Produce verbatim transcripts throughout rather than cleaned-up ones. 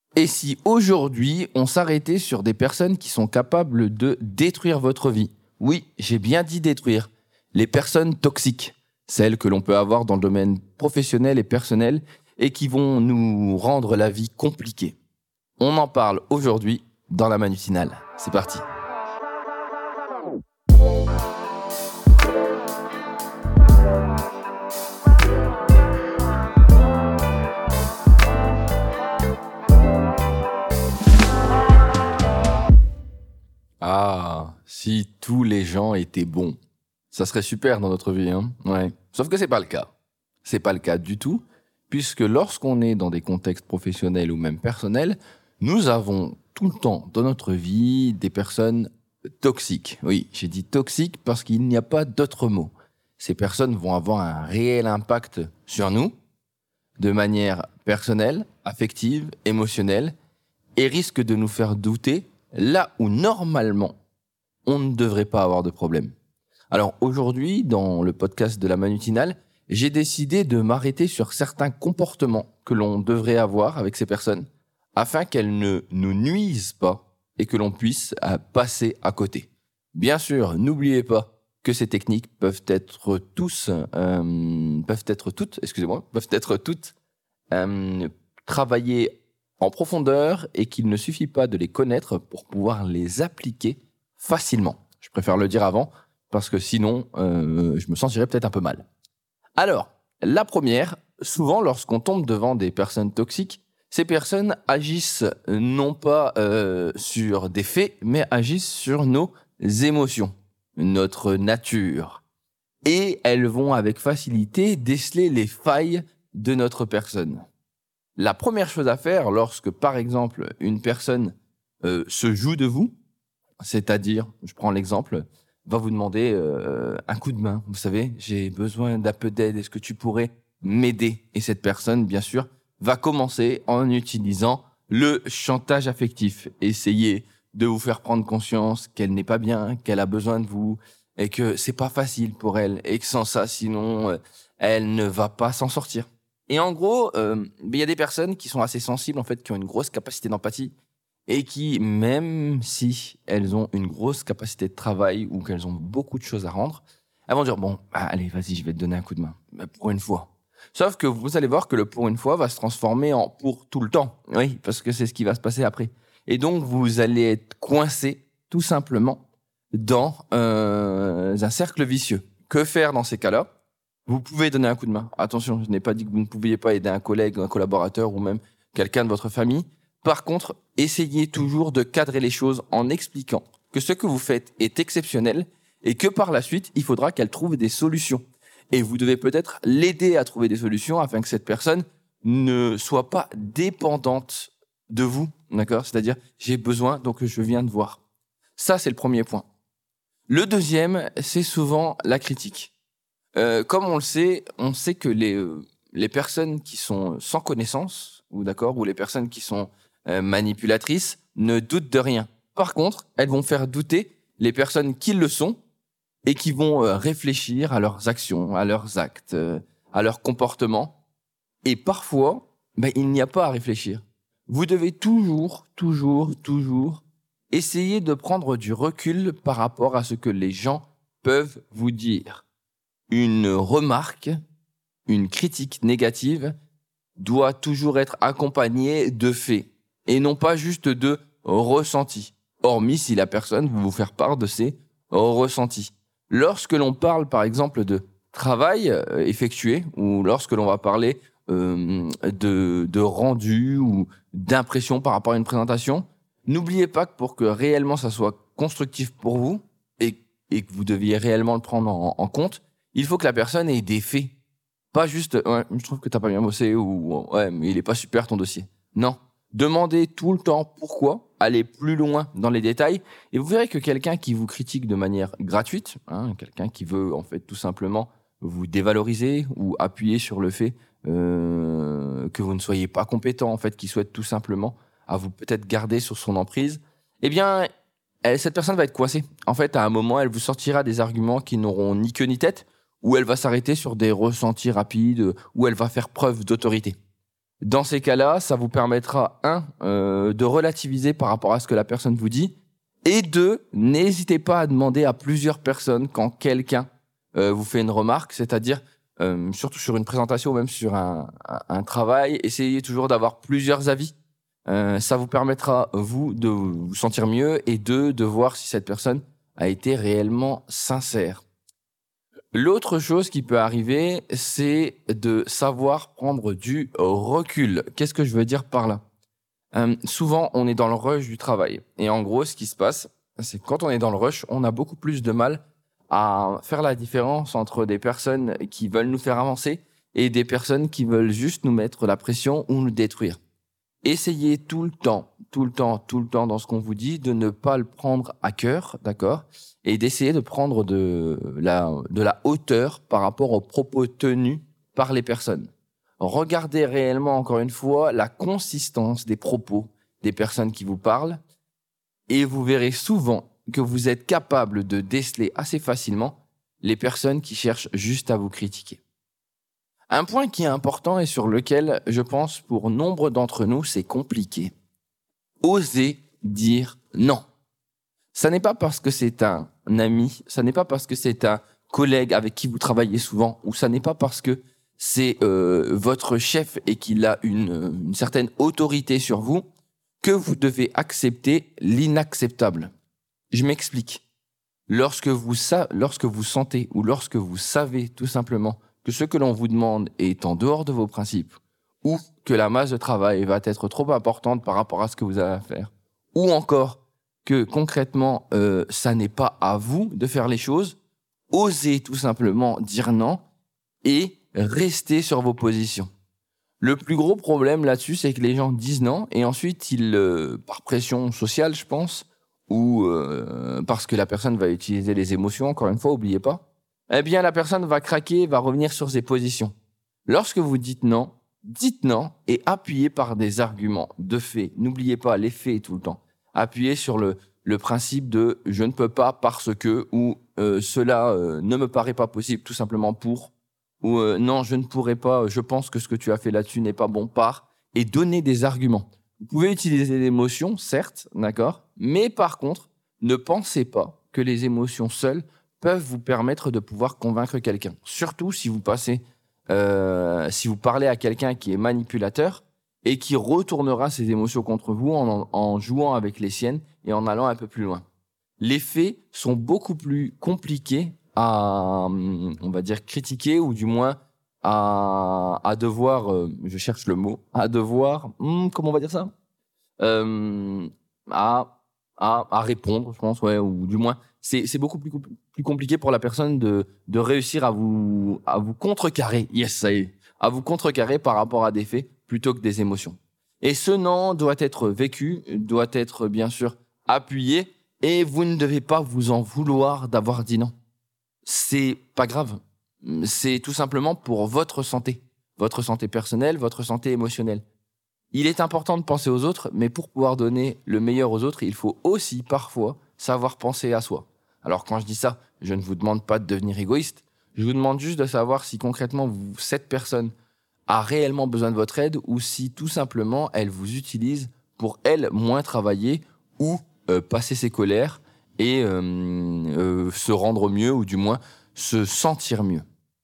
Et si aujourd'hui, on s'arrêtait sur des personnes qui sont capables de détruire votre vie? Oui, j'ai bien dit détruire. Les personnes toxiques, celles que l'on peut avoir dans le domaine professionnel et personnel et qui vont nous rendre la vie compliquée. On en parle aujourd'hui dans la manutinale. C'est parti. Ah, si tous les gens étaient bons, ça serait super dans notre vie, hein. Ouais. Sauf que c'est pas le cas. C'est pas le cas du tout, puisque lorsqu'on est dans des contextes professionnels ou même personnels, nous avons tout le temps dans notre vie des personnes toxiques. Oui, j'ai dit toxiques parce qu'il n'y a pas d'autre mot. Ces personnes vont avoir un réel impact sur nous, de manière personnelle, affective, émotionnelle, et risquent de nous faire douter là où normalement on ne devrait pas avoir de problème. Alors aujourd'hui, dans le podcast de la manutinale, j'ai décidé de m'arrêter sur certains comportements que l'on devrait avoir avec ces personnes afin qu'elles ne nous nuisent pas et que l'on puisse euh, passer à côté. Bien sûr, n'oubliez pas que ces techniques peuvent être tous, euh, peuvent être toutes, excusez-moi, peuvent être toutes euh, travaillées en profondeur et qu'il ne suffit pas de les connaître pour pouvoir les appliquer facilement. Je préfère le dire avant parce que sinon, euh, je me sentirais peut-être un peu mal. Alors, la première, souvent lorsqu'on tombe devant des personnes toxiques, ces personnes agissent non pas euh, sur des faits, mais agissent sur nos émotions, notre nature. Et elles vont avec facilité déceler les failles de notre personne. La première chose à faire lorsque, par exemple, une personne euh, se joue de vous, c'est-à-dire, je prends l'exemple, va vous demander euh, un coup de main. Vous savez, j'ai besoin d'un peu d'aide. Est-ce que tu pourrais m'aider? Et cette personne, bien sûr, va commencer en utilisant le chantage affectif. Essayer de vous faire prendre conscience qu'elle n'est pas bien, qu'elle a besoin de vous et que c'est pas facile pour elle et que sans ça, sinon, euh, elle ne va pas s'en sortir. Et en gros, euh, il y a des personnes qui sont assez sensibles, en fait, qui ont une grosse capacité d'empathie et qui, même si elles ont une grosse capacité de travail ou qu'elles ont beaucoup de choses à rendre, elles vont dire, bon, bah, allez, vas-y, je vais te donner un coup de main, bah, pour une fois. Sauf que vous allez voir que le pour une fois va se transformer en pour tout le temps. Oui, parce que c'est ce qui va se passer après. Et donc, vous allez être coincé, tout simplement, dans euh, un cercle vicieux. Que faire dans ces cas-là? Vous pouvez donner un coup de main. Attention, je n'ai pas dit que vous ne pouviez pas aider un collègue, un collaborateur ou même quelqu'un de votre famille. Par contre, essayez toujours de cadrer les choses en expliquant que ce que vous faites est exceptionnel et que par la suite, il faudra qu'elle trouve des solutions. Et vous devez peut-être l'aider à trouver des solutions afin que cette personne ne soit pas dépendante de vous. D'accord? C'est-à-dire, j'ai besoin, donc je viens de voir. Ça, c'est le premier point. Le deuxième, c'est souvent la critique. Euh, comme on le sait, on sait que les, euh, les personnes qui sont sans connaissance, ou d'accord, ou les personnes qui sont euh, manipulatrices, ne doutent de rien. Par contre, elles vont faire douter les personnes qui le sont et qui vont euh, réfléchir à leurs actions, à leurs actes, euh, à leurs comportements. Et parfois, ben, il n'y a pas à réfléchir. Vous devez toujours, toujours, toujours essayer de prendre du recul par rapport à ce que les gens peuvent vous dire. Une remarque, une critique négative doit toujours être accompagnée de faits et non pas juste de ressentis, hormis si la personne veut vous faire part de ses ressentis. Lorsque l'on parle par exemple de travail euh, effectué ou lorsque l'on va parler euh, de, de rendu ou d'impression par rapport à une présentation, n'oubliez pas que pour que réellement ça soit constructif pour vous et, et que vous deviez réellement le prendre en, en compte, il faut que la personne ait des faits. Pas juste, ouais, je trouve que t'as pas bien bossé ou, ouais, mais il est pas super ton dossier. Non. Demandez tout le temps pourquoi, allez plus loin dans les détails, et vous verrez que quelqu'un qui vous critique de manière gratuite, hein, quelqu'un qui veut, en fait, tout simplement vous dévaloriser ou appuyer sur le fait, euh, que vous ne soyez pas compétent, en fait, qui souhaite tout simplement à vous peut-être garder sur son emprise, eh bien, elle, cette personne va être coincée. En fait, à un moment, elle vous sortira des arguments qui n'auront ni queue ni tête, ou elle va s'arrêter sur des ressentis rapides, ou elle va faire preuve d'autorité. Dans ces cas-là, ça vous permettra, un, euh, de relativiser par rapport à ce que la personne vous dit, et deux, n'hésitez pas à demander à plusieurs personnes quand quelqu'un euh, vous fait une remarque, c'est-à-dire, euh, surtout sur une présentation ou même sur un, un, un travail, essayez toujours d'avoir plusieurs avis. Euh, ça vous permettra, vous, de vous sentir mieux, et deux, de voir si cette personne a été réellement sincère. L'autre chose qui peut arriver, c'est de savoir prendre du recul. Qu'est-ce que je veux dire par là ? Euh, souvent, on est dans le rush du travail. Et en gros, ce qui se passe, c'est que quand on est dans le rush, on a beaucoup plus de mal à faire la différence entre des personnes qui veulent nous faire avancer et des personnes qui veulent juste nous mettre la pression ou nous détruire. Essayez tout le temps, tout le temps, tout le temps dans ce qu'on vous dit, de ne pas le prendre à cœur, d'accord ? Et d'essayer de prendre de la, de la hauteur par rapport aux propos tenus par les personnes. Regardez réellement, encore une fois, la consistance des propos des personnes qui vous parlent et vous verrez souvent que vous êtes capable de déceler assez facilement les personnes qui cherchent juste à vous critiquer. Un point qui est important et sur lequel, je pense, pour nombre d'entre nous, c'est compliqué. Osez dire non. Ça n'est pas parce que c'est un ami, ça n'est pas parce que c'est un collègue avec qui vous travaillez souvent, ou ça n'est pas parce que c'est euh, votre chef et qu'il a une, une certaine autorité sur vous, que vous devez accepter l'inacceptable. Je m'explique. Lorsque vous, sa- lorsque vous sentez ou lorsque vous savez tout simplement que ce que l'on vous demande est en dehors de vos principes, ou que la masse de travail va être trop importante par rapport à ce que vous avez à faire, ou encore que concrètement, euh, ça n'est pas à vous de faire les choses, osez tout simplement dire non et restez sur vos positions. Le plus gros problème là-dessus, c'est que les gens disent non et ensuite, ils, euh, par pression sociale, je pense, ou euh, parce que la personne va utiliser les émotions, encore une fois, oubliez pas, eh bien, la personne va craquer, va revenir sur ses positions. Lorsque vous dites non, dites non et appuyez par des arguments de fait. N'oubliez pas les faits tout le temps. Appuyez sur le, le principe de je ne peux pas parce que ou euh, cela euh, ne me paraît pas possible tout simplement pour ou euh, non, je ne pourrais pas, je pense que ce que tu as fait là-dessus n'est pas bon par et donner des arguments. Vous pouvez utiliser l'émotion, certes, d'accord, mais par contre, ne pensez pas que les émotions seules peuvent vous permettre de pouvoir convaincre quelqu'un. Surtout si vous passez, euh, si vous parlez à quelqu'un qui est manipulateur et qui retournera ses émotions contre vous en, en jouant avec les siennes et en allant un peu plus loin. Les faits sont beaucoup plus compliqués à, on va dire, critiquer ou du moins à, à devoir, euh, je cherche le mot, à devoir, hmm, comment on va dire ça euh, à, à, à répondre, je pense, ouais, ou du moins, c'est, c'est beaucoup plus, plus compliqué pour la personne de, de réussir à vous, à vous contrecarrer, yes, ça y est, à vous contrecarrer par rapport à des faits plutôt que des émotions. Et ce non doit être vécu, doit être bien sûr appuyé, et vous ne devez pas vous en vouloir d'avoir dit non. C'est pas grave. C'est tout simplement pour votre santé. Votre santé personnelle, votre santé émotionnelle. Il est important de penser aux autres, mais pour pouvoir donner le meilleur aux autres, il faut aussi parfois savoir penser à soi. Alors quand je dis ça, je ne vous demande pas de devenir égoïste. Je vous demande juste de savoir si concrètement vous, cette personne a réellement besoin de votre aide ou si tout simplement elle vous utilise pour elle moins travailler ou euh, passer ses colères et euh, euh, se rendre mieux ou du moins se sentir mieux.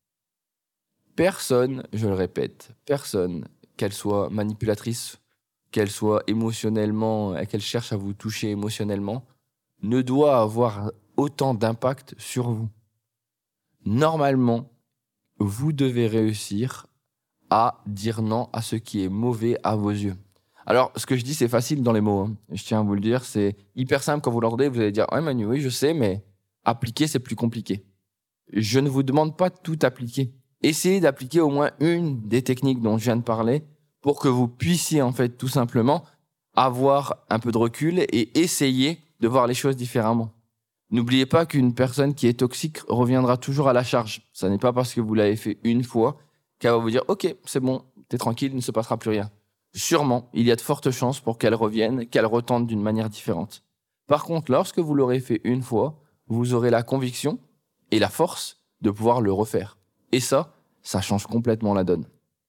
Personne, je le répète, personne, qu'elle soit manipulatrice, qu'elle soit émotionnellement, qu'elle cherche à vous toucher émotionnellement, ne doit avoir autant d'impact sur vous. Normalement, vous devez réussir à dire non à ce qui est mauvais à vos yeux. Alors, ce que je dis, c'est facile dans les mots. Hein. Je tiens à vous le dire, c'est hyper simple quand vous l'entendez. Vous allez dire, ouais, Manu, oui, je sais, mais appliquer, c'est plus compliqué. Je ne vous demande pas de tout appliquer. Essayez d'appliquer au moins une des techniques dont je viens de parler pour que vous puissiez, en fait, tout simplement avoir un peu de recul et essayer de voir les choses différemment. N'oubliez pas qu'une personne qui est toxique reviendra toujours à la charge. Ça n'est pas parce que vous l'avez fait une fois qu'elle va vous dire « Ok, c'est bon, t'es tranquille, il ne se passera plus rien ». Sûrement, il y a de fortes chances pour qu'elle revienne, qu'elle retente d'une manière différente. Par contre, lorsque vous l'aurez fait une fois, vous aurez la conviction et la force de pouvoir le refaire. Et ça, ça change complètement la donne.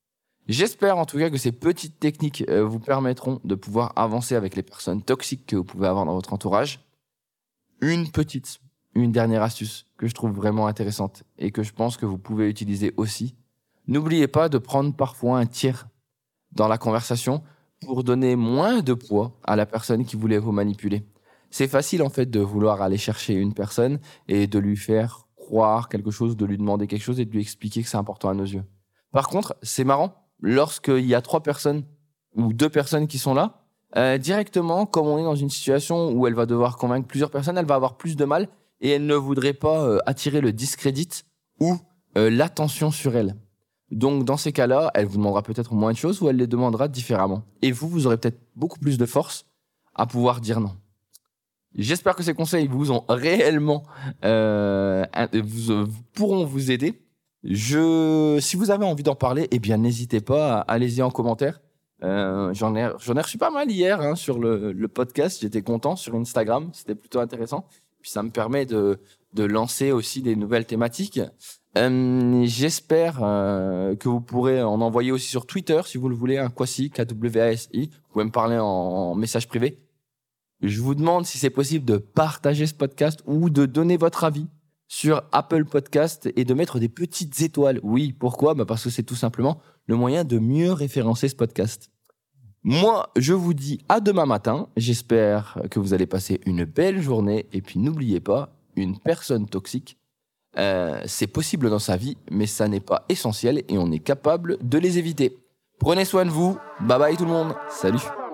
J'espère en tout cas que ces petites techniques euh, vous permettront de pouvoir avancer avec les personnes toxiques que vous pouvez avoir dans votre entourage. Une petite, une dernière astuce que je trouve vraiment intéressante et que je pense que vous pouvez utiliser aussi. N'oubliez pas de prendre parfois un tiers dans la conversation pour donner moins de poids à la personne qui voulait vous manipuler. C'est facile en fait de vouloir aller chercher une personne et de lui faire croire quelque chose, de lui demander quelque chose et de lui expliquer que c'est important à nos yeux. Par contre, c'est marrant, lorsqu'il y a trois personnes ou deux personnes qui sont là, euh, directement, comme on est dans une situation où elle va devoir convaincre plusieurs personnes, elle va avoir plus de mal et elle ne voudrait pas euh, attirer le discrédit ou euh, l'attention sur elle. Donc, dans ces cas-là, elle vous demandera peut-être moins de choses ou elle les demandera différemment. Et vous, vous aurez peut-être beaucoup plus de force à pouvoir dire non. J'espère que ces conseils vous ont réellement, euh, vous, euh, pourront vous aider. Je, si vous avez envie d'en parler, eh bien, n'hésitez pas, allez-y en commentaire. Euh, j'en ai, j'en ai reçu pas mal hier hein, sur le, le podcast. J'étais content sur Instagram, c'était plutôt intéressant. Puis ça me permet de, de lancer aussi des nouvelles thématiques. Euh, j'espère euh, que vous pourrez en envoyer aussi sur Twitter si vous le voulez, un Kwasi, K W A S I. Vous pouvez me parler en, en message privé. Je vous demande si c'est possible de partager ce podcast ou de donner votre avis sur Apple Podcast et de mettre des petites étoiles. Oui, pourquoi ? Bah parce que c'est tout simplement le moyen de mieux référencer ce podcast. Moi, je vous dis à demain matin. J'espère que vous allez passer une belle journée. Et puis n'oubliez pas, une personne toxique, euh, c'est possible dans sa vie, mais ça n'est pas essentiel et on est capable de les éviter. Prenez soin de vous. Bye bye tout le monde. Salut.